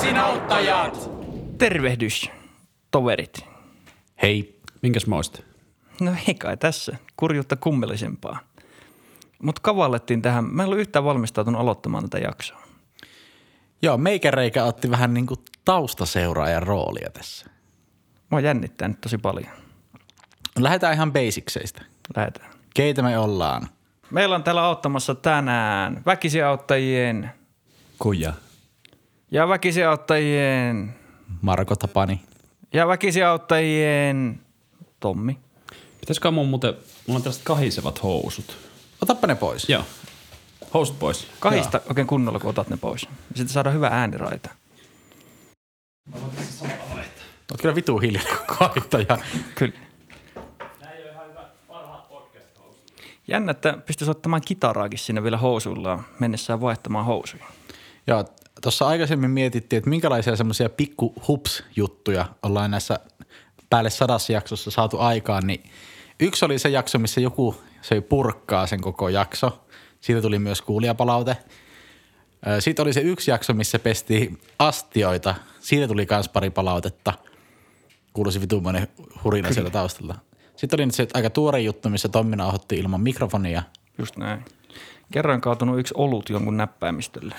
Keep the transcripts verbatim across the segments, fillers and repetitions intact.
Takaisin-auttajat! Tervehdys, toverit. Hei. Minkäs moista? No ei kai tässä, kurjuutta kummellisempaa. Mutta kavallettiin tähän, mä en ollut yhtään valmistautunut aloittamaan tätä jaksoa. Joo, meikäreikä otti vähän niin kuin taustaseuraajan roolia tässä. Mua jännittää nyt tosi paljon. Lähdetään ihan basicseista. Lähdetään. Keitä me ollaan? Meillä on täällä auttamassa tänään väkisiauttajien Kuja. ja väkisiauttajien Marko Tapani. ja väkisiauttajien Tommi. Pitäisikö mun muuten, mulla on tällaiset kahisevat housut. Otappa ne pois. Joo. Housut pois. Kahista oikein kunnolla, kun otat ne pois. Sitten saadaan hyvä ääniraita. Oot kyllä vitu hiljainen kaihtaja. Kyllä. Jännä, että pystyisi ottamaan kitaraakin sinne vielä housuillaan mennessään vaihtamaan housuja. Joo, tuossa aikaisemmin mietittiin, että minkälaisia semmoisia pikku hups-juttuja ollaan näissä päälle sadassa jaksossa saatu aikaan, niin yksi oli se jakso, missä joku söi purkkaa sen koko jakso. Siitä tuli myös kuulijapalaute. Sitten oli se yksi jakso, missä pestiin astioita. Siitä tuli myös pari palautetta. Kuuluisi vitumainen hurina Kyllä. sieltä taustalla. Sitten oli nyt se aika tuore juttu, missä Tommi nauhoitti ilman mikrofonia. Just näin. Kerran kaatunut yksi olut jonkun näppäimistölle.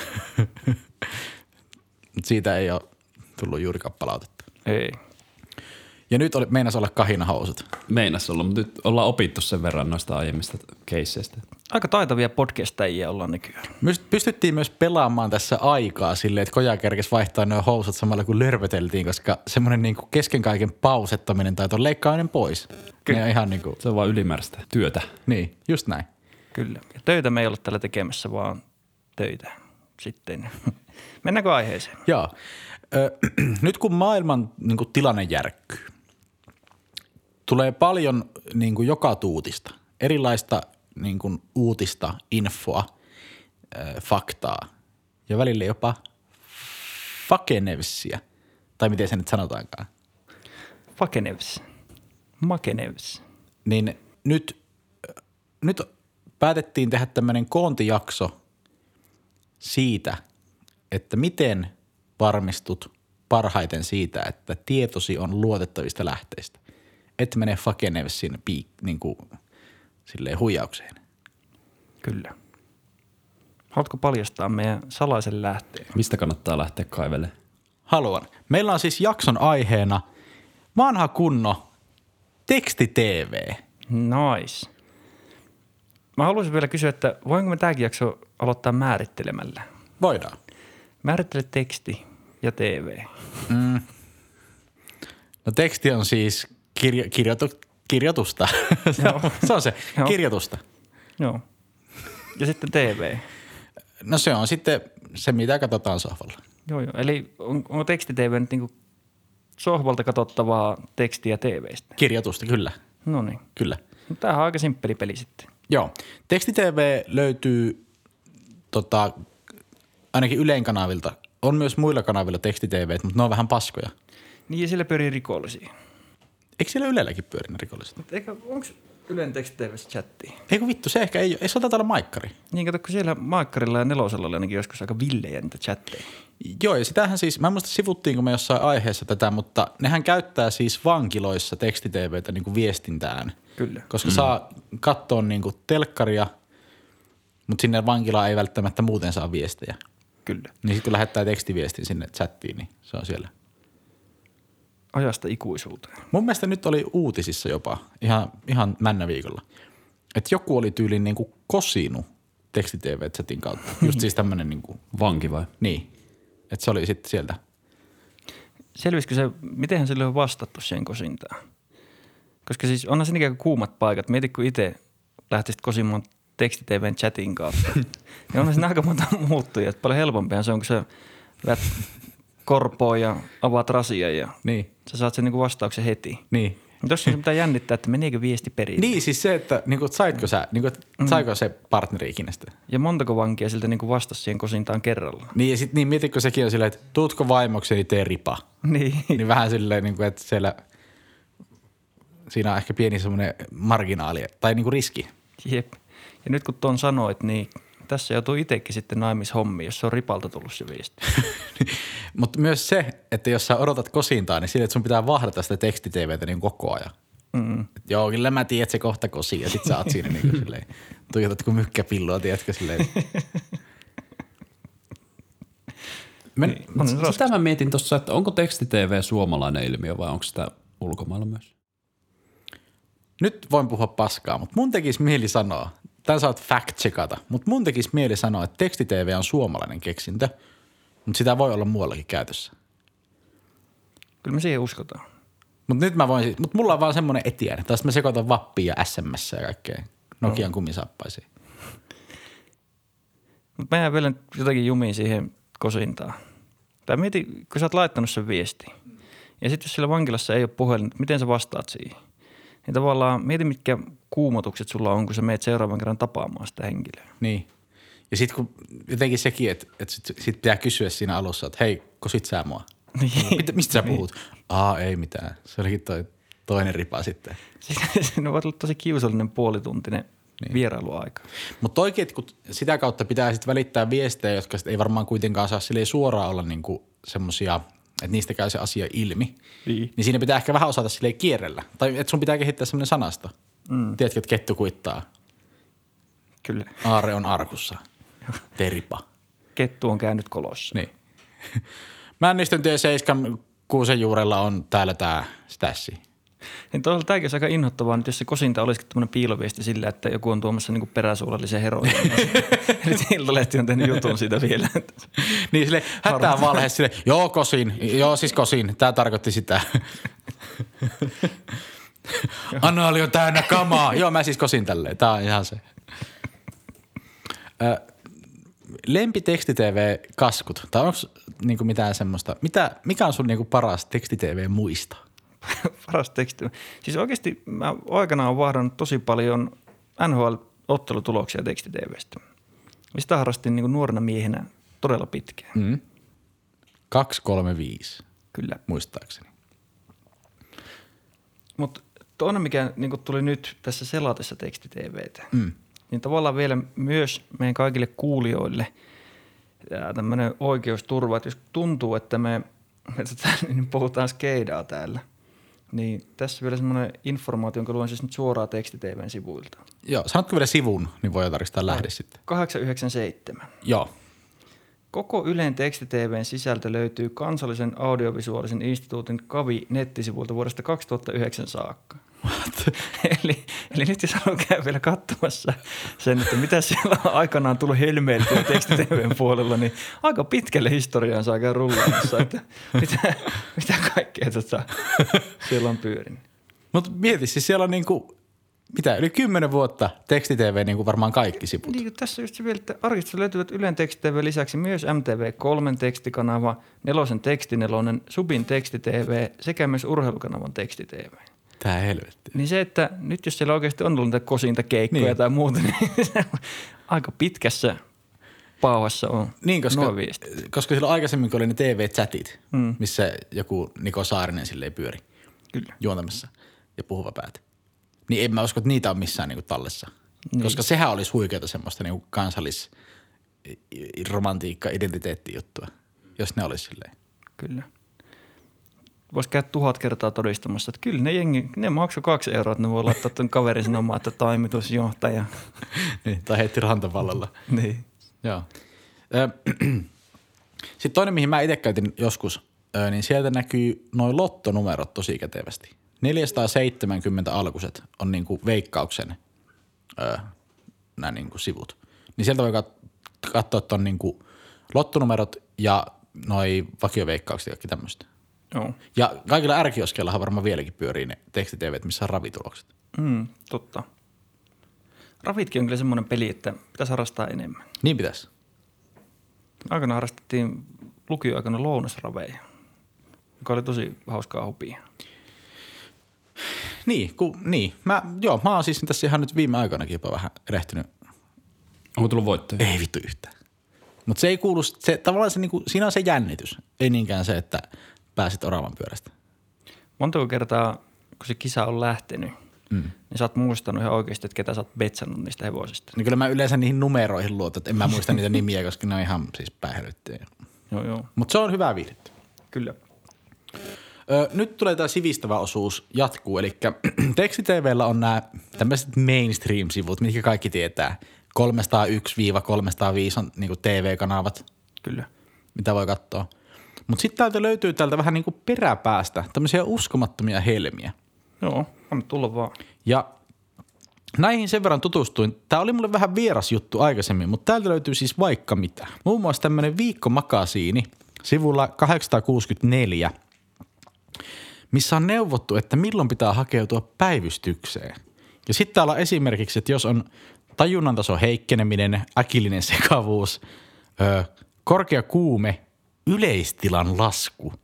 Mutta siitä ei ole tullut juurikaan palautetta. Ei. Ja nyt oli, meinas olla kahinahousut. Meinas olla, mutta nyt ollaan opittu sen verran noista aiemmista keisseistä. Aika taitavia podcastajia ollaan nykyään. Pystyttiin myös pelaamaan tässä aikaa silleen, että Koja kerkesi vaihtaa nuo housut samalla kun lörvöteltiin, koska semmoinen niin kuin kesken kaiken pausettaminen tai tuon leikkaaminen pois. Kyllä. Ne on ihan niin kuin, Se on vaan ylimääräistä työtä. niin, just näin. Kyllä. Ja töitä me ei olla täällä tekemässä, vaan töitä sitten. Mennäänkö aiheeseen? Joo. Ö, nyt kun maailman niin kuin, tilanne järkkyy, tulee paljon niin kuin, joka tuutista, erilaista niin kuin, uutista, infoa, ö, faktaa ja välillä jopa fakenevsiä, tai miten se nyt sanotaankaan. Fakenevs. Makenevs. Niin nyt, nyt päätettiin tehdä tämmöinen koontijakso siitä, että miten varmistut parhaiten siitä, että tietosi on luotettavista lähteistä. Et mene fakenevsin piik, niin kuin silleen huijaukseen. Kyllä. Haluatko paljastaa meidän salaisen lähteen? Mistä kannattaa lähteä kaivelemaan? Haluan. Meillä on siis jakson aiheena vanha kunno teksti-tv. Nice. Mä haluaisin vielä kysyä, että voinko me tämäkin jakso aloittaa määrittelemällä? Voidaan. Määrittele teksti ja T V. Mm. No teksti on siis kirjo, kirjoitu, kirjoitusta. se, on, se on se, Joo. kirjoitusta. Joo. Ja sitten T V. No se on sitten se, mitä katsotaan sohvalla. Joo, joo. Eli on, onko teksti-T V nyt niinku sohvalta katsottavaa tekstiä T V:stä? Kirjoitusta, kyllä. No niin. Kyllä. No, tämähän on aika simppeli peli sitten. Joo. Teksti-tv löytyy tota, ainakin Ylen kanavilta. On myös muilla kanavilla teksti-tvt, mutta ne on vähän paskoja. Niin ja siellä pyörii rikollisia. Eikö siellä Ylelläkin pyörinyt rikolliset? Mutta eikä, onko Ylen teksti-tv:ssä chattia? Eikö vittu, se ehkä ei ole. Ei se taitaa olla maikkari. Niin kato, kun siellä Maikkarilla ja Nelosella oli ainakin joskus aika villejä niitä chatteja. Joo, ja sitähän siis, mä en muista sivuttiinko me jossain aiheessa tätä, mutta nehän käyttää siis vankiloissa teksti-tvtä niin kuin viestintään. Kyllä. Koska mm. saa katsoa niin kuin telkkaria, mutta sinne vankilaan ei välttämättä muuten saa viestejä. Kyllä. Niin sitten kun lähettää tekstiviestin sinne chattiin, niin se on siellä. Ajasta ikuisuuteen. Mun mielestä nyt oli uutisissa jopa, ihan, ihan männä viikolla, että joku oli tyyliin niin kuin kosinut teksti-tv-chatin kautta. Just siis tämmöinen niin kuin, Vanki vai? niin, että se oli sitten sieltä. Selvisikö se, mitenhän sille on vastattu siihen kosintaan? Koska siis onhan sen ikään kuin kuumat paikat. Mieti, kun itse lähtisit kosimaan teksti-tv:n chatin kautta. niin onhan siinä aika monta muuttujia. Että paljon helpompihan se on, kun sä lähdet korpoon ja avaat rasia ja Niin. sä saat sen niin kuin vastauksen heti. Niin. Mutta jos se pitää jännittää, että meneekö viesti perille. Niin, siis se, että niin kuin, saitko sä, niin kuin, saiko se partneri ikinä sitä? Ja montako vankia siltä niin kuin vastasi siihen kosintaan kerralla. Niin, ja sitten niin, mietitkö sekin on silleen, että tuutko vaimokseni, tee ripa. Niin. Niin vähän silleen, niin kuin, että siellä, siinä on ehkä pieni semmoinen marginaali tai niin kuin riski. Jep. Ja nyt kun tuon sanoit, niin Tässä joutuu itsekin sitten naimishommiin, jos se on Ripalta tullut se viesti. Mutta myös se, että jos sä odotat kosintaa, niin sille, että sun pitää vahdata sitä tekstitevetä niin koko ajan. Mm. Joo, kyllä mä tiedän, että se kohta kosii ja sit sä oot siinä niin kuin silleen, tuijotat kuin mykkäpilloa, tiedätkö silleen. Men, niin, sitä mä mietin tuossa, että onko tekstitv suomalainen ilmiö vai onko sitä ulkomailla myös? Nyt voin puhua paskaa, mutta mun tekisi mieli sanoa, tämän saat fact-checkata, mutta mun tekisi mieli sanoa, että tekstitv on suomalainen keksintö, mutta sitä voi olla muuallakin käytössä. Kyllä me siihen uskotaan. Mutta nyt mä voin, mutta mulla on vaan semmoinen etiäinen, että mä sekoitan Vappia ja S M S ja kaikkea Nokian no. kumisappaisiin. Mutta mä jään vielä jotakin jumiin siihen kosintaan. Tai mieti, kun sä oot laittanut sen viestiin. Ja sitten jos siellä vankilassa ei ole puhelin, miten sä vastaat siihen? Niin tavallaan mieti, mitkä kuumotukset sulla on, kun sä meet seuraavan kerran tapaamaan sitä henkilöä. Niin. Ja sitten kun jotenkin sekin, että, että sit, sit pitää kysyä siinä alussa, että hei, kosit sä mua? Niin. Mistä sä puhut? Niin. Aa, ei mitään. Se olikin toi toinen ripa sitten. Siinä voi olla tosi kiusallinen puolituntinen niin. vierailuaika. Mutta oikein, että kun sitä kautta pitää sitten välittää viestejä, jotka sit ei varmaan kuitenkaan saa silleen suoraan olla niinku semmosia, että niistä käy se asia ilmi. Niin. Niin siinä pitää ehkä vähän osata silleen kierrellä. Tai että sun pitää kehittää semmoinen sanasto. Mm. Tiedätkö, että kettu kuittaa? Kyllä. Aare on arkussa. Teripa. Kettu on käynyt kolossa. Niin. Männistön tie seiskan kuusen juurella on täällä tää stässi. Niin toisaalta tämäkin olisi aika inhottavaa, että jos se kosinta olisikin tämmöinen piiloviesti sillä, että joku on tuomassa niinku peräsuolallisen heroin. Eli Iltalehti on tehnyt jutun siitä vielä. Niin sille hätää valhe sille, joo kosin, joo siis kosin, tämä tarkoitti sitä. Annaali on täynnä kamaa. Joo mä siis kosin tälleen, tämä on ihan se. Ö, lempi tekstitv-kaskut, tai onko niinku mitään semmoista, mitä, mikä on sun niinku paras tekstitv-muista? Paras teksti. Siis oikeasti mä aikanaan olen vahdannut tosi paljon N H L-ottelutuloksia tekstitvstä. Sitä harrastin niin kuin nuorena miehenä todella pitkään. Mm. kaksi kolme viisi. Kyllä. Muistaakseni. Mutta toinen, mikä niin kuin tuli nyt tässä selatessa tekstitvtä, mm. niin tavallaan vielä myös meidän kaikille kuulijoille tämmöinen oikeusturva, että jos tuntuu, että me, me niin puhutaan skeidaa täällä, niin tässä vielä semmoinen informaatio, jonka luen siis nyt suoraan tekstitvn sivuilta. Joo, sanotko vielä sivun, niin voi tarkistaa lähde sitten. kahdeksan yhdeksän seitsemän. Joo. Koko Ylen tekstitvn sisältö löytyy Kansallisen audiovisuaalisen instituutin Kavi-nettisivuilta vuodesta kaksituhattayhdeksän saakka. What? eli, eli nyt jos haluan käydä vielä katsomassa sen, että mitä siellä on aikanaan tullut helmeiltyä tekstitvn puolella, niin aika pitkälle historiaan saa käydä rullaamassa, että mitä, mitä kaikkea tota, siellä on pyörinyt. Mutta mieti, siis siellä on niinku, mitä, yli kymmenen vuotta tekstitv niinku varmaan kaikki sivut. Niin, tässä just se vielä, että arkistossa löytyvät Ylen tekstitv lisäksi myös M T V kolme tekstikanava, Nelosen tekstinelonen, Subin tekstitv sekä myös urheilukanavan tekstitv. Tää helvetti. Niin se, että nyt jos siellä oikeasti on ollut niitä kosinta keikkoja niin. tai muuta, niin aika pitkässä pauhassa on niin, koska, nuo viestit. Koska silloin aikaisemmin, kun oli ne T V-chatit, mm. missä joku Niko Saarinen silleen pyöri Kyllä. juontamassa ja puhuva päätä. Niin en mä usko, että niitä on missään niinku tallessa. Niin. Koska sehän olisi huikeata semmoista niinku kansallis romantiikka identiteettijuttua, jos ne olisi silleen. Kyllä. Voisi käydä tuhat kertaa todistamassa, että kyllä ne jengi, ne maksoi kaksi euroa, että ne voi laittaa tuon kaverin sanomaan, että toimitusjohtaja. niin, tai heitti rantavallalla. niin. Joo. Sitten toinen, mihin mä itse käytin joskus, niin sieltä näkyy noin lottonumerot tosi kätevästi. neljäsataaseitsemänkymmentä alkuset on niinku Veikkauksen nämä niinku sivut. Niin sieltä voi kat- katsoa ton niinku lottonumerot ja noi vakioveikkaukset ja kaikki tämmöistä. Joo. Ja kaikilla ärkioskellahan varmaan vieläkin pyörii ne tekstitv, missä on ravitulokset. Mm, totta. Ravitkin on kyllä semmoinen peli, että pitäisi harrastaa enemmän. Niin pitäisi. Aikana harrastettiin lukioaikana lounasraveja, joka oli tosi hauskaa hopia. Niin, ku, niin. Mä, joo, mä oon siis tässä ihan nyt viime aikoinakin jopa vähän erehtynyt. Onko tullut voittoja? Ei vittu yhtään. Mutta se ei kuulu, se, tavallaan se, niinku, siinä on se jännitys. Ei niinkään se, että pääsit oravan pyörästä. Montako kertaa, kun se kisa on lähtenyt, mm. niin sä oot muistanut ihan oikeasti, että ketä sä oot betsannut niistä hevosista. Niin kyllä mä yleensä niihin numeroihin luotan, että en mä muista niitä nimiä, koska ne on ihan siis päihdyttyjä. Joo, joo. Mutta se on hyvää viihdettä. Kyllä. Ö, nyt tulee tämä sivistävä osuus jatkuu, eli teksti-tv:llä on nämä tämmöiset mainstream-sivut, mitkä kaikki tietää. kolmesataayksi kolmesataaviisi on niinku T V-kanavat. Kyllä. Mitä voi katsoa. Mutta sitten täältä löytyy täältä vähän niinku peräpäästä tämmöisiä uskomattomia helmiä. Joo, on tulla vaan. Ja näihin sen verran tutustuin. Tämä oli mulle vähän vieras juttu aikaisemmin, mutta täältä löytyy siis vaikka mitä. Muun muassa tämmöinen viikkomakasiini sivulla kahdeksansataakuusikymmentäneljä, missä on neuvottu, että milloin pitää hakeutua päivystykseen. Ja sitten täällä on esimerkiksi, että jos on tajunnan taso heikkeneminen, äkillinen sekavuus, ö, korkea kuume, yleistilan lasku,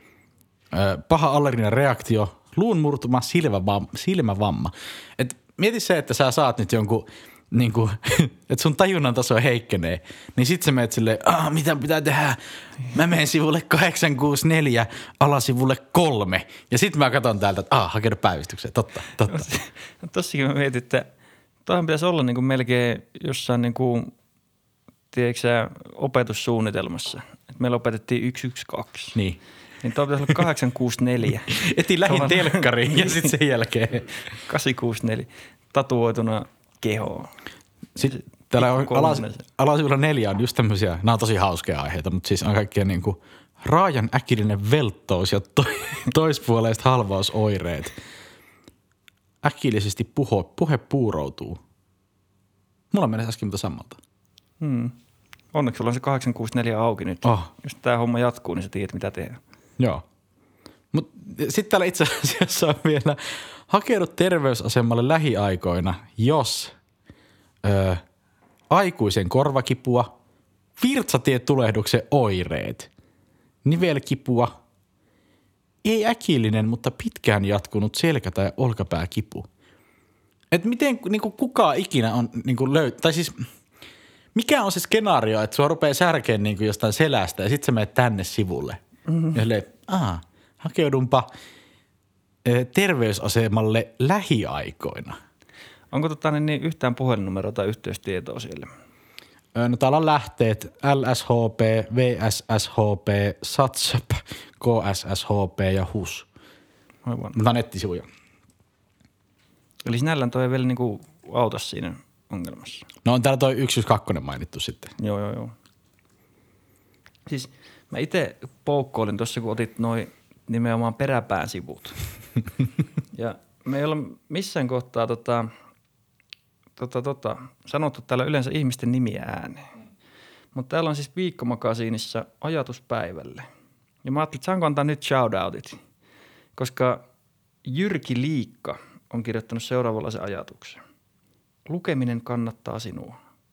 ö, paha allerginen reaktio, luun murtuma, silmävamma. silmävamma. Et mieti se, että sä saat nyt jonkun, niin kuin, että sun tajunnan taso heikkenee, niin sit sä menet silleen, ah, mitä pitää tehdä? Mä menen sivulle kahdeksansataakuusikymmentäneljä, alasivulle kolme. Ja sit mä katson täältä, että ah, hakeudu päivystykseen. Totta, totta. Tossakin mä mietin, että toihan pitäisi olla niin kuin melkein jossain niin kuin, tiedätkö sä, opetussuunnitelmassa. Et meillä opetettiin yksi yksi kaksi. Niin. Niin toi pitäisi olla kahdeksansataakuusikymmentäneljä. Eti lähin telkkariin ja sitten sen jälkeen. kahdeksansataakuusikymmentäneljä. Tatuoituna kehoon. Sitten täällä on alas, alasivulla neljä on just tämmöisiä, nämä on tosi hauskea aiheita, mutta siis on kaikkea niin kuin raajan äkillinen velttous ja to, toispuoleiset halvausoireet. Äkillisesti puho, puhe puuroutuu. Mulla menee äsken mutta samalta. Hmm. Onneksi sulla on se kahdeksansataakuusikymmentäneljä auki nyt. Oh. Jos tää homma jatkuu, niin sä tiedät mitä tehdä. Joo. Mutta sitten täällä itse asiassa on vielä hakeudu terveysasemalle lähiaikoina, jos ö, aikuisen korvakipua, virtsatietulehduksen oireet, nivelkipua, ei äkillinen, mutta pitkään jatkunut selkä- tai olkapääkipu. Et miten niinku kukaan ikinä on niinku löy- tai siis mikä on se skenaario, että sua rupeaa särkeen niinku jostain selästä ja sit sä menet tänne sivulle. Mm-hmm. Ja silleen, aah, hakeudunpa ö, terveysasemalle lähiaikoina. Onko tota, niin, niin yhtään puhelinnumero tai yhteystietoa siellä? No täällä on lähteet L S H P, V S S H P, SATSP, K S S H P ja H U S. Aivan. Mutta on nettisivuja. Eli sinällään toi ei vielä niinku auta siinä ongelmassa. No on täällä toi yksi yksi kaksi mainittu sitten. Joo, joo, joo. Siis mä itse poukkoilin tuossa, kun otit noi nimenomaan peräpään sivut. Ja me ei olla missään kohtaa tota, tota, tota, sanottu täällä yleensä ihmisten nimiä ääneen. Mutta täällä on siis viikkomakasiinissa ajatuspäivälle. Ja mä ajattelin, että saanko antaa nyt shoutoutit, koska Jyrki Liikka on kirjoittanut seuraavalla ajatuksen. Lukeminen kannattaa sinua.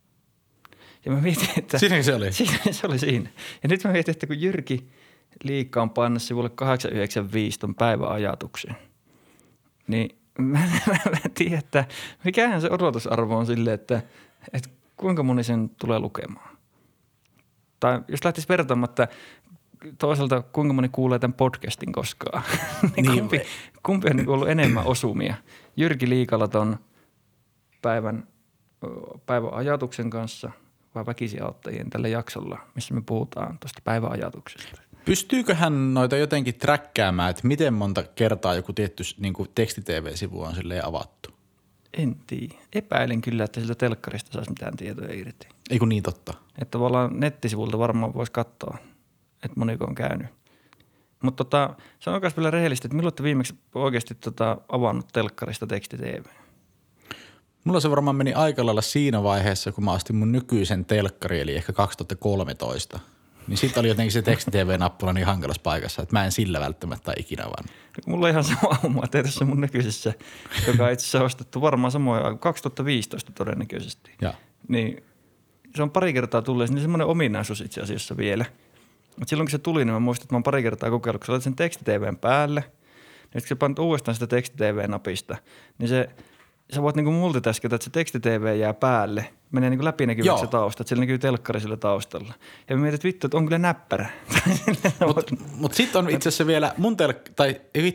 Ja mä mietin, että... Siinäkö se oli? Siinä, se oli siinä. Ja nyt mä mietin, että kun Jyrki Liikka on pannut sivulle kahdeksan yhdeksän viisi ton päivän ajatuksen, niin mä, mä, mä en tiedä, että mikähän se odotusarvo on sille, että, että kuinka moni sen tulee lukemaan. Tai jos lähtisi vertaamaan, että toisaalta kuinka moni kuulee tämän podcastin koskaan, niin niin kumpi, kumpi on niin ollut enemmän osumia? Jyrki Liikalla ton päivän, päivän ajatuksen kanssa vai väkisiauttajien tällä jaksolla, missä me puhutaan tuosta päivän ajatuksesta? Pystyykö hän noita jotenkin träkkäämään, että miten monta kertaa joku tietty niin kuin teksti-tv-sivu on silleen avattu? En tiedä. Epäilen kyllä, että siltä telkkarista saisi mitään tietoja irti. Ei kun niin totta. Että tavallaan nettisivulta varmaan voisi katsoa, että moniko on käynyt. Mutta tota, sanokaa vielä rehellisesti, että milloin te viimeksi oikeasti tota avannut telkkarista teksti-tv? Mulla se varmaan meni aika lailla siinä vaiheessa, kun mä astin mun nykyisen telkkari, eli ehkä kaksituhattakolmetoista. Niin sitten oli jotenkin se teksti-tv-nappula niin hankalassa paikassa, että mä en sillä välttämättä ikinä vaan. Mulla on ihan sama homma, että tässä mun nykyisessä, joka on itse asiassa ostettu varmaan samoin kaksituhattaviisitoista todennäköisesti. Ja. Niin se on pari kertaa tullut, niin semmoinen ominaisuus itse asiassa vielä. Mutta silloin kun se tuli, niin mä muistan, että mä oon pari kertaa kokeillut, kun sä olet sen teksti-tvn päälle, niin kun sä panit uudestaan sitä teksti-tv-napista, niin se... Sä voit niinku multitaskata, että se teksti-tv jää päälle, menee niinku läpinäkyväksi se tausta, että siellä näkyy telkkari sillä taustalla. Ja mä mietin, että vittu, että on kyllä näppärä. Mutta mut sitten on itse asiassa vielä mun telk- tai ei vittu,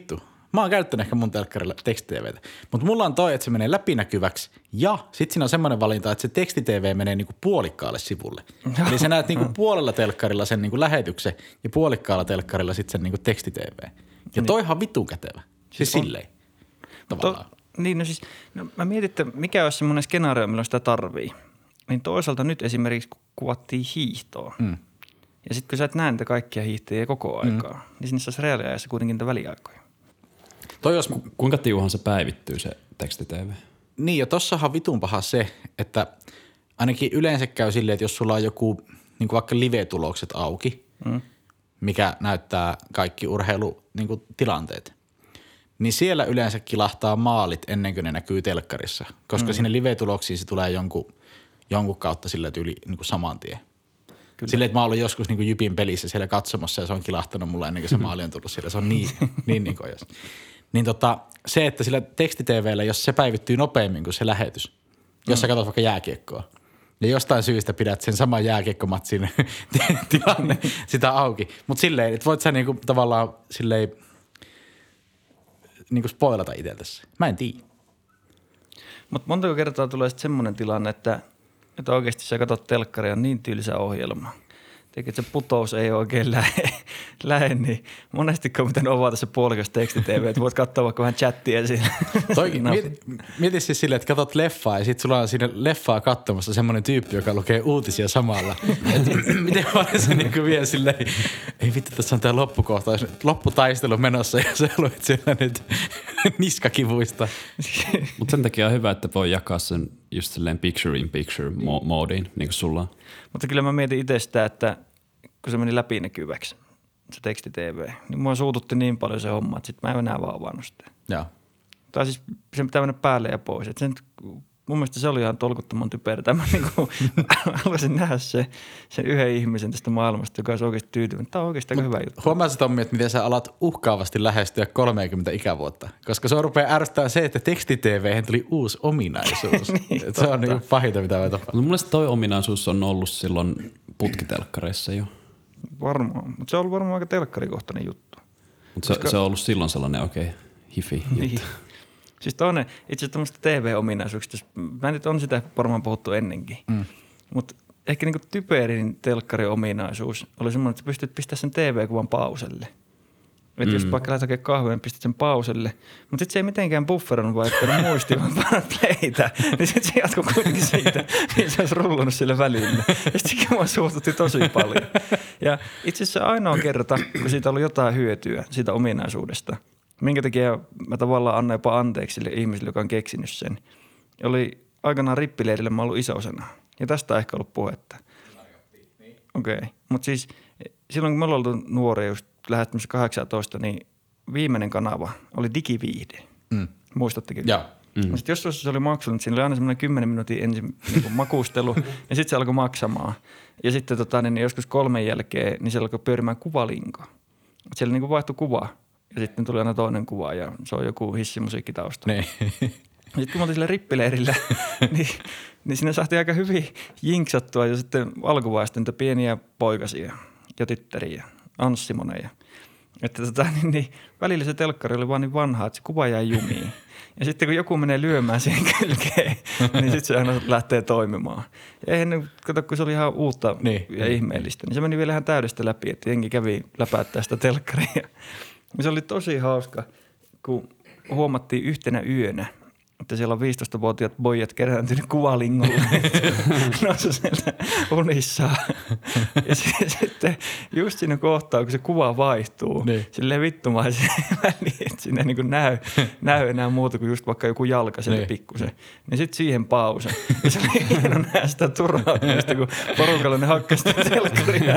Mä oon käyttänyt ehkä mun telkkarilla teksti-tvtä. Mutta mulla on toi, että se menee läpinäkyväksi ja sit siinä on semmoinen valinta, että se teksti-tv menee niinku puolikkaalle sivulle. Eli sä näet niinku puolella telkkarilla sen niinku lähetyksen ja puolikkaalla telkkarilla sit sen niinku teksti-tv. Ja toihan on vitun kätevä. Siis on. silleen. Tavallaan. To, niin no siis, no mä mietin, että mikä olisi semmoinen skenaario, milloin sitä tarvii. Niin toisaalta nyt esimerkiksi kuvattiin hiihtoa. Mm. Ja sitten kun sä et näe niitä kaikkia hiihtäjiä koko aikaa, mm. niin sinne saisi reaaliajassa kuitenkin niitä väliaikoja. Toi jos... Ku, kuinka tiuhan se päivittyy se teksti-tv? Niin ja tossahan vitun paha se, että ainakin yleensä käy silleen, että jos sulla on joku niin kuin vaikka live-tulokset auki, mm. mikä näyttää kaikki urheilutilanteet, niin siellä yleensä kilahtaa maalit ennen kuin ne näkyy telkkarissa, koska mm. sinne live-tuloksiin se tulee jonkun, jonkun kautta sillä tyyli niin kuin saman tien. Kyllä. Silleen, että mä oon ollut joskus niin kuin Jypin pelissä siellä katsomassa ja se on kilahtanut mulla ennen kuin se maali on tullut siellä. Se on niin, niin, niin kojas. Niin tota, se, että sillä teksti-tvllä, jos se päivittyy nopeammin kuin se lähetys, jos mm. sä katsot vaikka jääkiekkoa, ja jostain syystä pidät sen saman jääkiekkomatsin tilanne sitä auki. Mutta silleen, että voit sä niinku tavallaan silleen niinku spoilata itseltäsi. Mä en tiedä. Mutta montako kertaa tulee sitten semmoinen tilanne, että, että oikeasti sä katsot telkkaria niin tylsä ohjelma. Teikö, että se putous ei oikein lähe, lähe niin monesti kun miten avata se puolikas teksti-tv, että voit katsoa vaikka vähän chattia siinä. mieti, mieti siis silleen, että katsot leffaa ja sitten sulla on siinä leffaa katsomassa semmoinen tyyppi, joka lukee uutisia samalla. Et, miten paljon se niinku vie silleen, ei vittu, tässä on tää loppukohta, lopputaistelu menossa ja sä luet siellä nyt niskakivuista. Mutta sen takia on hyvä, että voi jakaa sen just silleen picture in picture moodiin, niin kuin sulla on. Mutta kyllä mä mietin itse sitä, että kun se meni läpinäkyväksi, se teksti-tv, niin mua suututti niin paljon se homma, että sit mä en enää vaan avannut sitä. Joo. Tai siis sen pitää mennä päälle ja pois. Et sen, mun mielestä se oli ihan tolkuttoman typerä. Mä niin haluaisin nähdä se, sen yhden ihmisen tästä maailmasta, joka olisi oikeasti tyytyväinen. Tämä on oikeasti aika hyvä juttu. Huomaatko Tommi, että miten sä alat uhkaavasti lähestyä kolmekymmentä ikävuotta? Koska se rupeaa ärsyttää se, että teksti-tv:hen tuli uusi ominaisuus. niin, se on niin pahinta, mitä voi tapahtua. No, mun mielestä toi ominaisuus on ollut silloin putkitelkkareissa jo. Varmaan, mutta se on ollut varmaan aika telkkarikohtainen juttu. Mutta se, se on ollut silloin sellainen oikein okay, hifi juttu. Niin. Siis toinen, itse asiassa tämmöistä T V-ominaisuuksista, mä en nyt on sitä varmaan puhuttu ennenkin, mm. mutta ehkä niinku typerin telkkariominaisuus oli semmoinen, että sä pystyt pistämään sen T V-kuvan pauselle. Että mm. jos vaikka lähdet hakemaan kahvia, niin pistät sen pauselle, mutta sitten se ei mitenkään bufferannut vaikka muistiin, vaan parat playtä, niin sitten se jatkuu kuitenkin siitä, niin se olisi rullunut sille välillä. Ja sitten se mua suututti tosi paljon. Ja itse asiassa ainoa kerta, kun siitä oli jotain hyötyä, siitä ominaisuudesta, minkä takia mä tavallaan annan jopa anteeksi sille ihmiselle, joka on keksinyt sen, oli aikanaan rippileirillä mä ollut isosena. Ja tästä on ehkä ollut puhetta. Okei, okay. Mutta siis silloin kun me ollaan oltu nuoria just lähestymässä kahdeksantoista, niin viimeinen kanava oli digiviihde. Mm. Muistattekin? Joo. Mm. Sitten jos se oli maksunut, niin siinä oli aina semmoinen kymmenen minuutin ensin niin makustelu ja sitten se alkoi maksamaan. Ja sitten tota, niin joskus kolmen jälkeen, niin se alkoi pyörimään kuvalinko. Siellä niin kuin vaihtui kuva ja sitten tuli aina toinen kuva ja se on joku hissimusiikki taustalla. Sitten kun me oltiin sillä rippileirillä, niin, niin siinä saatiin aika hyvin jinksattua ja sitten alkuvaiheessa niitä pieniä poikasia ja tyttäriä, anssimoneja. Että tota, niin, niin, välillä se telkkari oli vaan niin vanha, että se kuva jäi jumiin. Ja sitten kun joku menee lyömään siihen kylkeen, niin sitten se aina lähtee toimimaan. Ja eihän, kato, kun se oli ihan uutta niin, ja niin. ihmeellistä, niin se meni vielä ihan täydestä läpi, että jengi kävi läpäättää sitä telkkaria. Ja se oli tosi hauska, kun huomattiin yhtenä yönä, että siellä on viisitoistavuotiaat pojat kerääntynyt kuvalingolle, nousu sieltä unissaan. Ja sitten just siinä kohtaa, kun se kuva vaihtuu, niin. silleen vittumaisen väliin, että siinä ei niin näy, näy enää muuta kuin just vaikka joku jalka sieltä niin. pikkusen. Niin sitten siihen pause. Ja se oli hieno nähdä sitä turhautumista, kun porukalla ne hakkasi sitä telkkaria.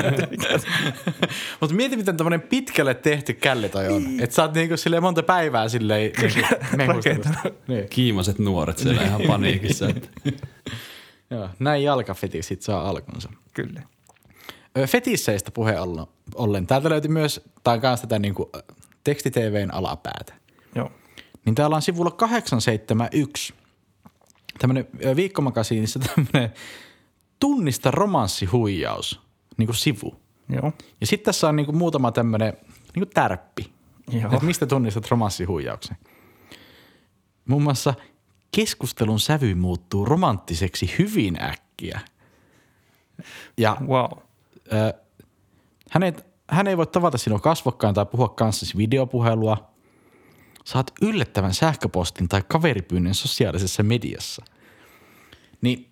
Mutta mieti, miten tämmöinen pitkälle tehty källi toi on. Että sä oot niinku silleen monta päivää silleen rakentanut. Niin. Kiimaset nuoret siellä ihan paniikissa. Joo, näin jalkafetiksit saa alkunsa. Kyllä. Fetisseistä puheen ollen. Täältä löytyi myös, tai kans tätä niinku teksti-tv:n alapäätä. Joo. Niin täällä on sivulla kahdeksansansataseitsemänkymmentäyksi tämmönen viikkomakasiinissa tämmönen tunnista romanssihuijaus, niinku sivu. Joo. Ja sitten tässä on niinku muutama tämmönen niinku tärppi. Että mistä tunnistat romanssihuijauksen? Muun muassa keskustelun sävy muuttuu romanttiseksi hyvin äkkiä. Ja wow. ö, hänet, hän ei voi tavata sinua kasvokkaan tai puhua kanssasi videopuhelua. Saat yllättävän sähköpostin tai kaveripyynnön sosiaalisessa mediassa. Niin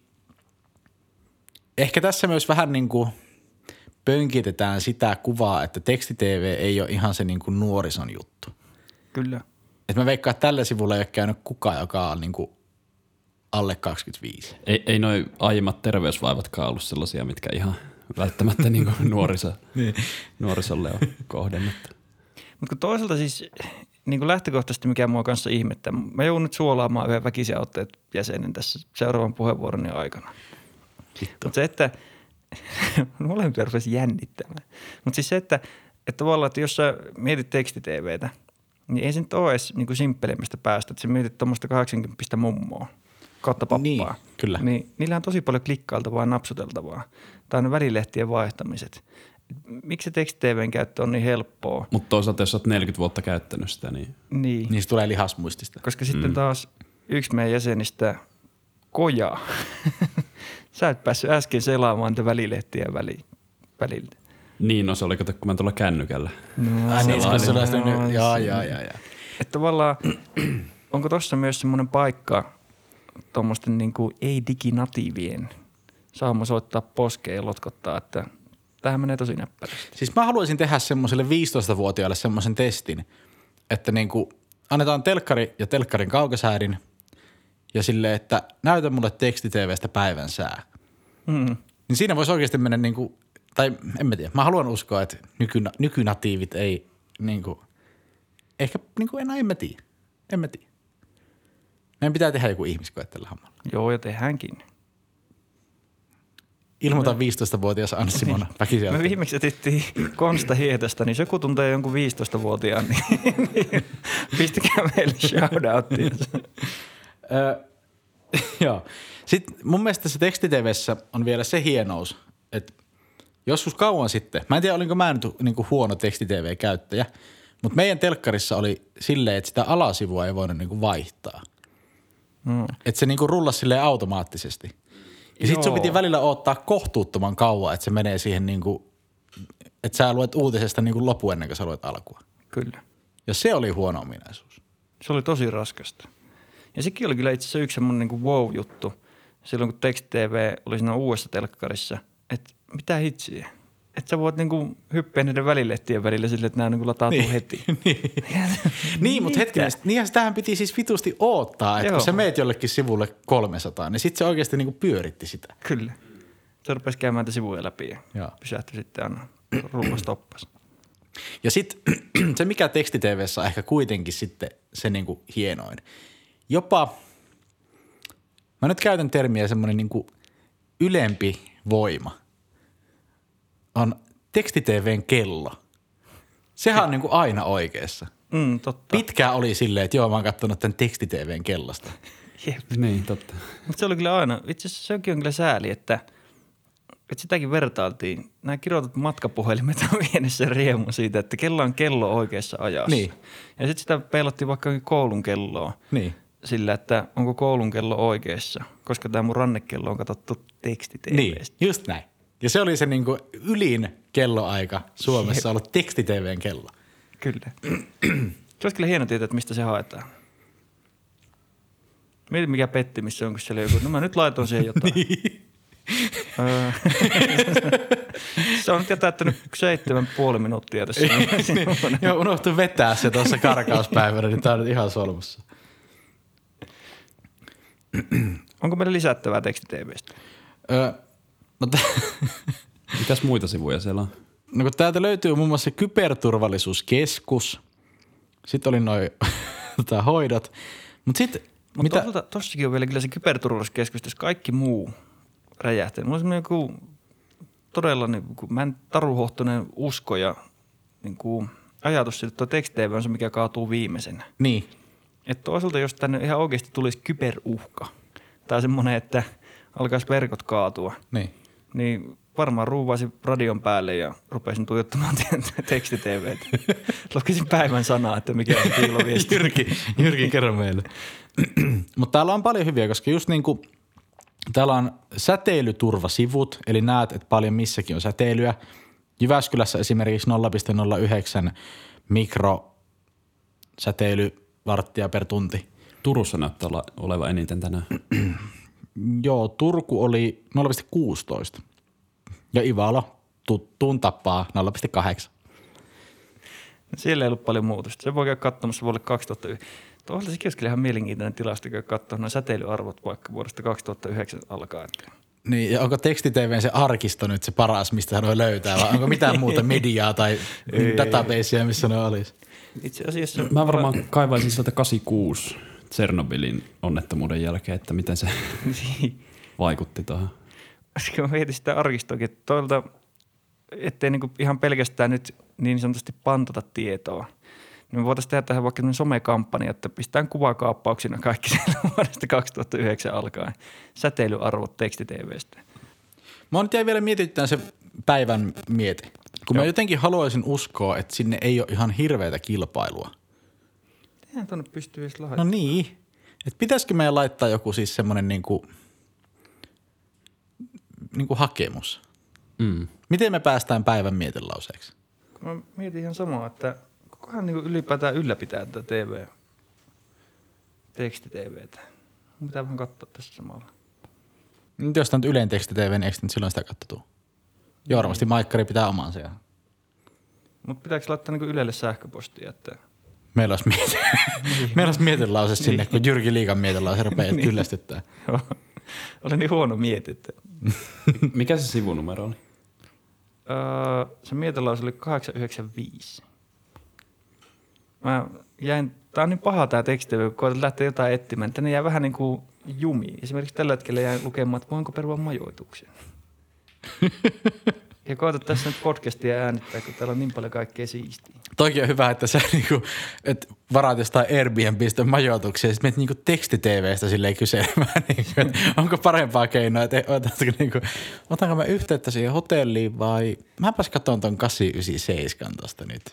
ehkä tässä myös vähän niin kuin pönkitetään sitä kuvaa, että teksti-tv ei ole ihan se niin kuin nuorison juttu. Kyllä. Et mä veikkaan, että tällä sivulla ei ole käynyt kukaan, joka on niin kuin alle kaksikymmentäviisi. Ei, ei noi aiemmat terveysvaivatkaan ollut sellaisia, mitkä ihan välttämättä niin kuin nuoriso, niin. nuorisolle on kohdennettu. Mutta toisaalta siis niin kuin lähtökohtaisesti mikä mua kanssa ihmettää. Mä joudun nyt suolaamaan yhden väkisiä otteet jäsenen tässä seuraavan puheenvuoroni aikana. Mutta se, että molempia rupesi jännittämään. Mutta siis se, että, että tavallaan, että jos sä mietit teksti-tvtä, niin ei se nyt ole edes niin kuin simppelimmästä päästä, että sä mietit tuommoista kahdeksankymmentä mummoa kautta pappaa. Niin, kyllä. Niin niillä on tosi paljon klikkailtavaa ja napsuteltavaa. Tai ne välilehtien vaihtamiset. Miksi se teksti-tvn käyttö on niin helppoa? Mutta toisaalta, jos olet neljäkymmentä vuotta käyttänyt sitä, niin... Niin. Niistä tulee lihasmuistista. Koska sitten mm. taas yksi meidän jäsenistä kojaa. Sä et päässyt äsken selaamaan niitä välilehtiä väli, väliltä. Niin, no se oliko kun mä tuolla kännykällä. No, Ai niin, se no, on no, jaa, jaa, jaa, jaa. Että tavallaan, onko tossa myös semmoinen paikka tuommoisten niin kuin ei-diginatiivien saama soittaa poskeen ja lotkottaa, että tämähän menee tosi näppärästi. Siis mä haluaisin tehdä semmoiselle viisitoistavuotiaalle semmoisen testin, että niin kuin annetaan telkkari ja telkkarin kaukosäädin ja silleen, että näytä mulle teksti-tvstä päivän sää. Mm. Niin siinä voisi oikeasti mennä niin kuin, tai en mä tiedä, mä haluan uskoa, että nyky, nykynatiivit ei niin kuin, ehkä niin kuin enää en mä tiedä, en mä tiedä. Meidän pitää tehdä joku ihmiskoe tällä hommalla. Joo, ja tehdäänkin. Ilmoitan viisitoistavuotias Anssi-Mona väkiseltä. Me viimeksi etittiin Konsta Hietosta, niin se kun tuntee jonkun viisitoistavuotiaan, niin, niin pistäkää meille shoutouttia. Joo. Sitten mun mielestä tässä teksti-tvssä on vielä se hienous, että joskus kauan sitten, mä en tiedä olinko mä nyt niin kuin huono teksti-tv-käyttäjä, mutta meidän telkkarissa oli silleen, että sitä alasivua ei voinut niin kuin vaihtaa. Mm. Että se niin kuin rullasi silleen automaattisesti. Ja sit sun piti välillä odottaa kohtuuttoman kauan, että se menee siihen niin kuin, että sä luet uutisesta niin kuin lopun ennen kuin sä luet alkua. Kyllä. Ja se oli huono ominaisuus. Se oli tosi raskasta. Ja sekin oli kyllä itse asiassa yksi semmoinen niin kuin wow-juttu silloin, kun teksti-tv oli siinä uudessa telkkarissa, että mitä hitsiä. Että sä voit niinku hyppeä niiden välilehtien välillä sille, että nämä niinku latautuu niin, heti. niin, niin mutta hetkinen, niinhän tähän piti siis vitusti oottaa, että Joo. kun sä meet jollekin sivulle kolmesataa, niin sit se oikeasti niinku pyöritti sitä. Kyllä. Se rupesi käymään tätä sivuja läpi ja Joo. pysähtyi sitten aina rullasta toppas. Ja sitten se, mikä teksti-tvssä on ehkä kuitenkin sitten se niinku hienoin. Jopa, mä nyt käytän termiä semmoinen niinku ylempi voima. On teksti-tvn kello. Sehän on niin kuin aina oikeassa. Mm, totta. Pitkään oli silleen, että joo, mä oon katsonut tämän teksti-tvn kellosta. Jep. Niin, totta. Mutta se oli kyllä aina, itse asiassa sekin on kyllä sääli, että, että sitäkin vertailtiin. Nämä kirjoitut matkapuhelimet on vienyt sen riemun siitä, että kello on kello oikeassa ajassa. Niin. Ja sitten sitä peilottiin vaikka koulun kelloa. Niin. Sillä, että onko koulun kello oikeassa, koska tämä mun rannekello on katsottu teksti-tvstä. Niin, just näin. Ja se oli se niin kuin ylin kelloaika Suomessa ollut teksti-tvn kello. Kyllä. Se olisi kyllä hieno tietää, että mistä se haetaan. Mieti mikä pettymys se on, kun siellä joku, no mä nyt laitoin siihen jotain. Niin. Se on nyt jo täyttänyt seitsemän puoli minuuttia tässä. niin, joo, unohtui vetää se tuossa karkauspäivänä, niin tää on nyt ihan solmussa. Onko meillä lisättävää teksti-tvstä? Öö. No t- Mitäs muita sivuja siellä on? No kun täältä löytyy muun muassa Kyberturvallisuuskeskus. Sitten oli noin hoidot. Mutta sitten Mut mitä? Toisaalta tossakin on vielä kyllä se Kyberturvallisuuskeskus, jos kaikki muu räjähtää. Mulla on semmoinen joku todella, niin kuin, mä en taruhohtoinen usko ja niin kuin, ajatus siitä, että tuo teksti-tv on se, mikä kaatuu viimeisenä. Niin. Että toisaalta, jos tänne ihan oikeasti tulisi kyberuhka tai semmoinen, että alkaisi verkot kaatua, niin, niin varmaan ruuvaisin radion päälle ja rupesin tuijottamaan teksti-tvtä. Lukisin päivän sanaa, että mikä on piiloviesti. Jyrki, Jyrki, kerro meille. Mutta täällä on paljon hyviä, koska just niin kuin täällä on säteilyturvasivut, eli näet, että paljon missäkin on säteilyä. Jyväskylässä esimerkiksi nolla pilkku nolla yhdeksän mikrosäteilyvarttia per tunti. Turussa näyttää olevan eniten tänään. Joo, Turku oli nolla pilkku kuusitoista ja Ivalo tuttuun tappaa nolla pilkku kahdeksan. Siellä ei ollut paljon muutosta. Se voi käydä katsomassa vuodelle kaksituhattayhdeksän. Tuolla sekin olisikin ihan mielenkiintoinen tilasto, kun katsoo nämä säteilyarvot vaikka vuodesta kaksituhattayhdeksän alkaen. Niin, ja onko teksti-tv:n se arkisto nyt se paras, mistä hän voi löytää, vai onko mitään muuta mediaa tai databasea, missä ne olisi? Itse asiassa... Mä varmaan kaivaisin sieltä kahdeksankymmentäkuusi Tsernobylin onnettomuuden jälkeen, että miten se vaikutti tuohon. Mä mietin sitä arkistoakin, että toilta, ettei niinku ihan pelkästään nyt niin sanotusti pantata tietoa. Niin me voitaisiin tehdä tähän vaikka somekampanja, että pistetään kuvakaappauksina kaikki siellä vuodesta kaksituhattayhdeksän alkaen. Säteilyarvot teksti-tv:stä. Mä nyt jäi vielä mietityttään se päivän mieti. Kun Joo. mä jotenkin haluaisin uskoa, että sinne ei ole ihan hirveätä kilpailua. Eihän tuonne pystyy edes laittaa. No niin. Että pitäisikö meidän laittaa joku siis semmoinen niinku, niinku hakemus? Mm. Miten me päästään päivän mietelauseeksi? Mä mietin ihan samaa, että kukaan niinku ylipäätään ylläpitää tätä T V, teksti-tvtä. Mun pitää vähän katsoa tässä samalla. Nyt jos tämä nyt Ylen teksti-tv, niin eikö nyt silloin sitä katsottua? Joo, varmasti Maikkari pitää omansa. Ja... Mutta pitääkö laittaa niinku Ylelle sähköpostia, että... Meillä olisi, mieti- Meillä olisi mietelause sinne, kun Jyrki Liikan mietelause rupeaa niin. kyllästyttää. Joo. Oli niin huono mietittä. Mikä se sivunumero oli? Öö, se mietelause oli kahdeksan yhdeksän viisi. Mä jäin, tää on niin paha tää teksti, kun koetat lähteä jotain etsimään. Tänne jää vähän niin kuin jumiin. Esimerkiksi tällä hetkellä jäin lukemaan, että voinko perua majoituksen. Ja koetat tässä nyt podcastia äänittää, kun täällä on niin paljon kaikkea siistiä. Toikin on hyvä, että sä niinku, et varaat jostain Airbnbistä majoituksia ja sit menet niinku teksti-tvstä silleen kyselemään, niinku, onko parempaa keinoa, että otanko, niinku, otanko mä yhteyttä siihen hotelliin vai mäpäs katson ton kahdeksan yhdeksän seitsemän tosta nyt.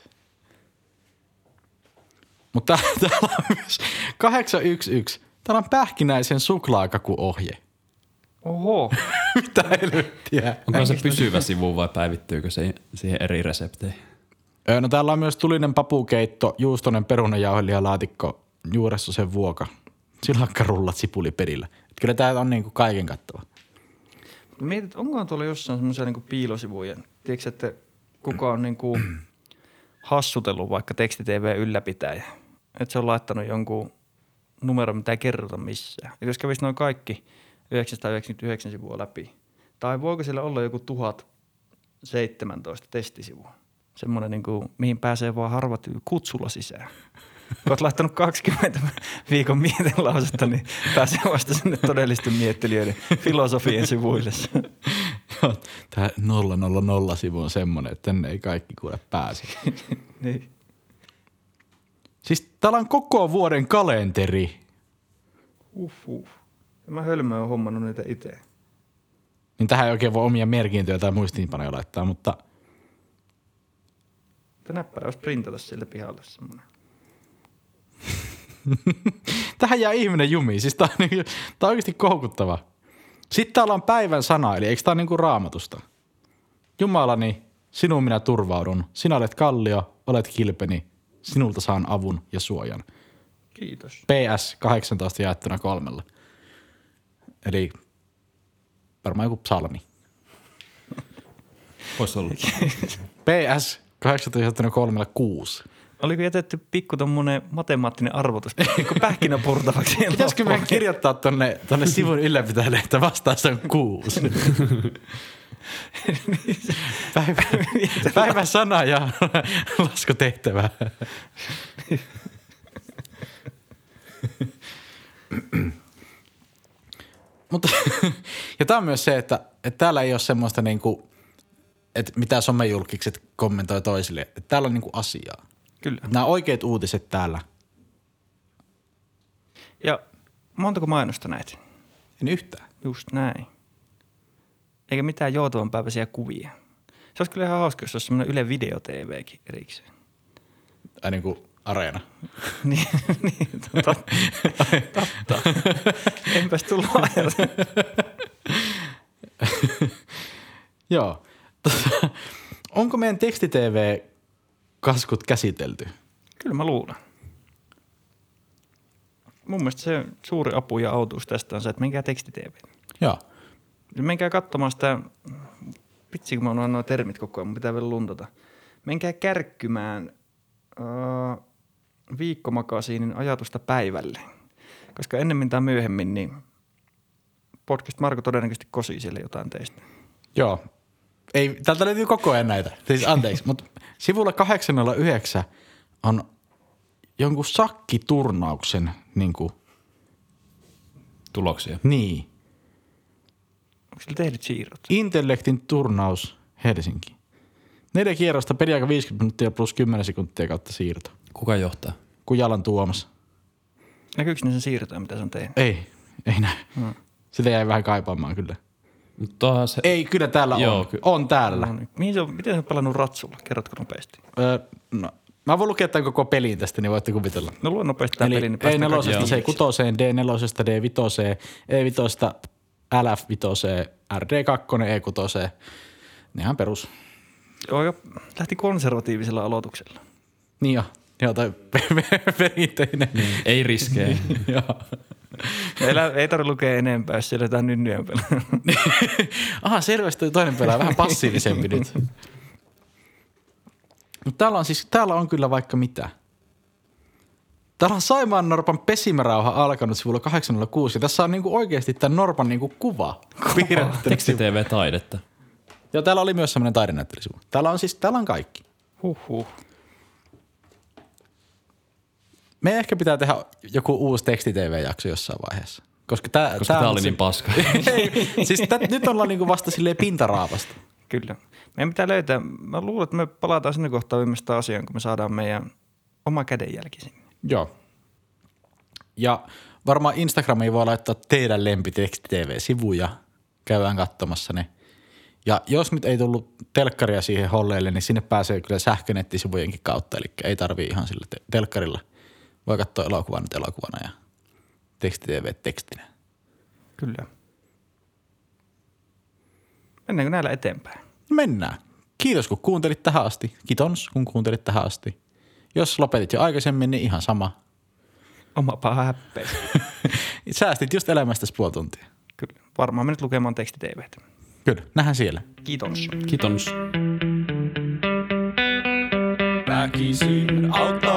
Mutta täällä on myös kahdeksan yksi yksi. Täällä on pähkinäisen suklaakakuohje. Oho. Mitä helvettiä? Onko se pysyvä sivu vai päivittyykö se siihen eri resepteihin? No täällä on myös tulinen papukeitto, juustonen perunajauhelihaalaatikko, juuressa sen vuoka, silakkarullat sipuliperillä. Et kyllä tää on niinku kaiken kattava. Mietit, onko tuolla jossain semmoisia niinku piilosivuja? Tiedätkö, että kuka on niinku hassutellut vaikka teksti-tv ylläpitäjä? Että se on laittanut jonkun numeron, mitä ei kerrota missään. Ja jos kävisi noin kaikki yhdeksänsataayhdeksänkymmentäyhdeksän sivua läpi. Tai voiko siellä olla joku tuhat seitsemäntoista testisivua? Semmoinen, niin kuin, mihin pääsee vaan harvat kutsulla sisään. Kun olet laittanut kaksikymmentä viikon mietelausetta, niin pääsee vasta sinne todellisten miettelijöiden filosofien sivuille. Tämä nolla nolla nolla sivu on semmoinen, että tänne ei kaikki kuule pääse. Niin. Siis täällä on koko vuoden kalenteri. Uff, uff. Mä hölmö oon hommannut niitä itse. Niin tähän ei oikein voi omia merkintöjä tai muistiinpanoja laittaa, mutta... Näppärä olisi printata sille pihalle semmoinen. Tähän jää ihminen jumiin. Siis tää on, niinku, tää on oikeasti koukuttava. Sitten täällä on päivän sana, eli eikö tää niinku Raamatusta? Jumalani, sinuun minä turvaudun. Sinä olet kallio, olet kilpeni. Sinulta saan avun ja suojan. Kiitos. P S kahdeksantoista jaettuna kolmella. Eli varmaan joku psalmi. Voisi olla. P S kahdeksantoista jaettuna kolmella kuusi. Oliko jätetty pikku tommonen matemaattinen arvotus, pikku pähkinä purtavaksi? Pitäisikö meidän kirjoittaa tonne, tonne sivun ylläpitäjälle, että vastaus on kuusi? Päivä, päivän sana ja laskutehtävä. Mutta, ja tämä on myös se, että, että täällä ei ole semmoista niinku, että mitä somejulkikset kommentoi toisille. Että täällä on niinku asiaa. Kyllä. Nämä oikeat uutiset täällä. Ja montako mainosta näet? En yhtään. Just näin. eikä mitään joutuvan päiväisiä kuvia. Se olisi kyllä ihan hauska, jos olisi semmoinen Yle Video-TVkin erikseen. Ai niin kuin Areena. niin, niin, totta. totta. Enpäs tullut ajata. Joo. Onko meidän teksti-tv-kaskut käsitelty? Kyllä mä luulen. Mun mielestä se suuri apu ja autuus tästä on se, että menkää teksti-tv. Joo. Menkää katsomaan sitä, vitsi kun mä oon nuo termit koko ajan, mun pitää vielä luntata. Menkää kärkkymään uh, viikkomakasiinin ajatusta päivälle. Koska ennemmin tai myöhemmin, niin podcast Marko todennäköisesti kosii siellä jotain teistä. Joo. Ei, täältä löytyy koko ajan näitä. Siis anteeksi, mutta sivulla kahdeksansataayhdeksän on jonkun sakkiturnauksen niin kuin. Tuloksia. Niin. Onko sillä tehdyt siirrot? Intellektin turnaus Helsinki. Neljä kierrosta, peliaika viisikymmentä minuuttia plus kymmenen sekuntia kautta siirto. Kuka johtaa? Kujalan Tuomas. Näkyykö ne sen siirtoja, mitä se on tehnyt? Ei, ei näy. Hmm. Sitä jäi vähän kaipaamaan kyllä. Mutta se... Ei, kyllä täällä Joo, on. ky- on täällä. No niin. Mihin se on, miten se on pelannut ratsulla? Kerrotko nopeasti? Öö, no, mä voin lukea tämän koko pelin tästä, niin voitte kuvitella. No luen nopeasti tämän pelin, niin E päästään neljä kaikki C kuusi, D neljä, D viisi, E viisi, L F viisi, R D kaksi, E kuusi. Nehän perus. Joo, jo. Lähti konservatiivisella aloituksella. Niin jo. Joo, tai perinteinen. Niin. Ei riskejä. Joo. Meillä ei tarvitse lukea enempää, jos siellä jotain nynnyjä pelaa. Aha, selvästi toinen pelaa vähän passiivisempi nyt. Mutta täällä on siis, täällä on kyllä vaikka mitä. Täällä on Saimaan Norpan pesimärauha alkanut sivulla kahdeksansataakuusi. Ja tässä on niinku oikeasti tämän Norpan niinku kuva. kuva. Teksti-tv-taidetta. Joo, täällä oli myös semmoinen taidenäyttelysivu. Täällä on siis, täällä on kaikki. Huhhuh. Me ehkä pitää tehdä joku uusi teksti-tv-jakso jossain vaiheessa. Koska tää, Koska tää, tää oli se... niin paska. Ei, siis tät, nyt ollaan niinku vasta silleen pintaraapasta. Kyllä. Meidän pitää löytää, mä luulen, että me palataan sinne kohtaan viimeistä asiaan, kun me saadaan meidän oma kädenjälki sinne. Joo. Ja varmaan Instagramiin voi laittaa teidän lempiteksti-tv-sivuja. Käydään katsomassa ne. Ja jos nyt ei tullut telkkaria siihen holleille, niin sinne pääsee kyllä sähkönettisivujenkin kautta. Eli ei tarvii ihan sillä te- telkkarilla. Voi katsoa elokuvan nyt elokuvana ja teksti-tv-tekstinä. Kyllä. Mennäänkö näillä eteenpäin? Mennään. Kiitos kun kuuntelit tähän asti. Kitons kun kuuntelit tähän asti. Jos lopetit jo aikaisemmin, niin ihan sama. Oma paha häppeä. Säästit just elämästäsi puoli tuntia. Kyllä. Varmaan mennyt lukemaan teksti-tvtä. Kyllä, nähdään siellä. Kiitos. Kiitos. Väkisin auttaa.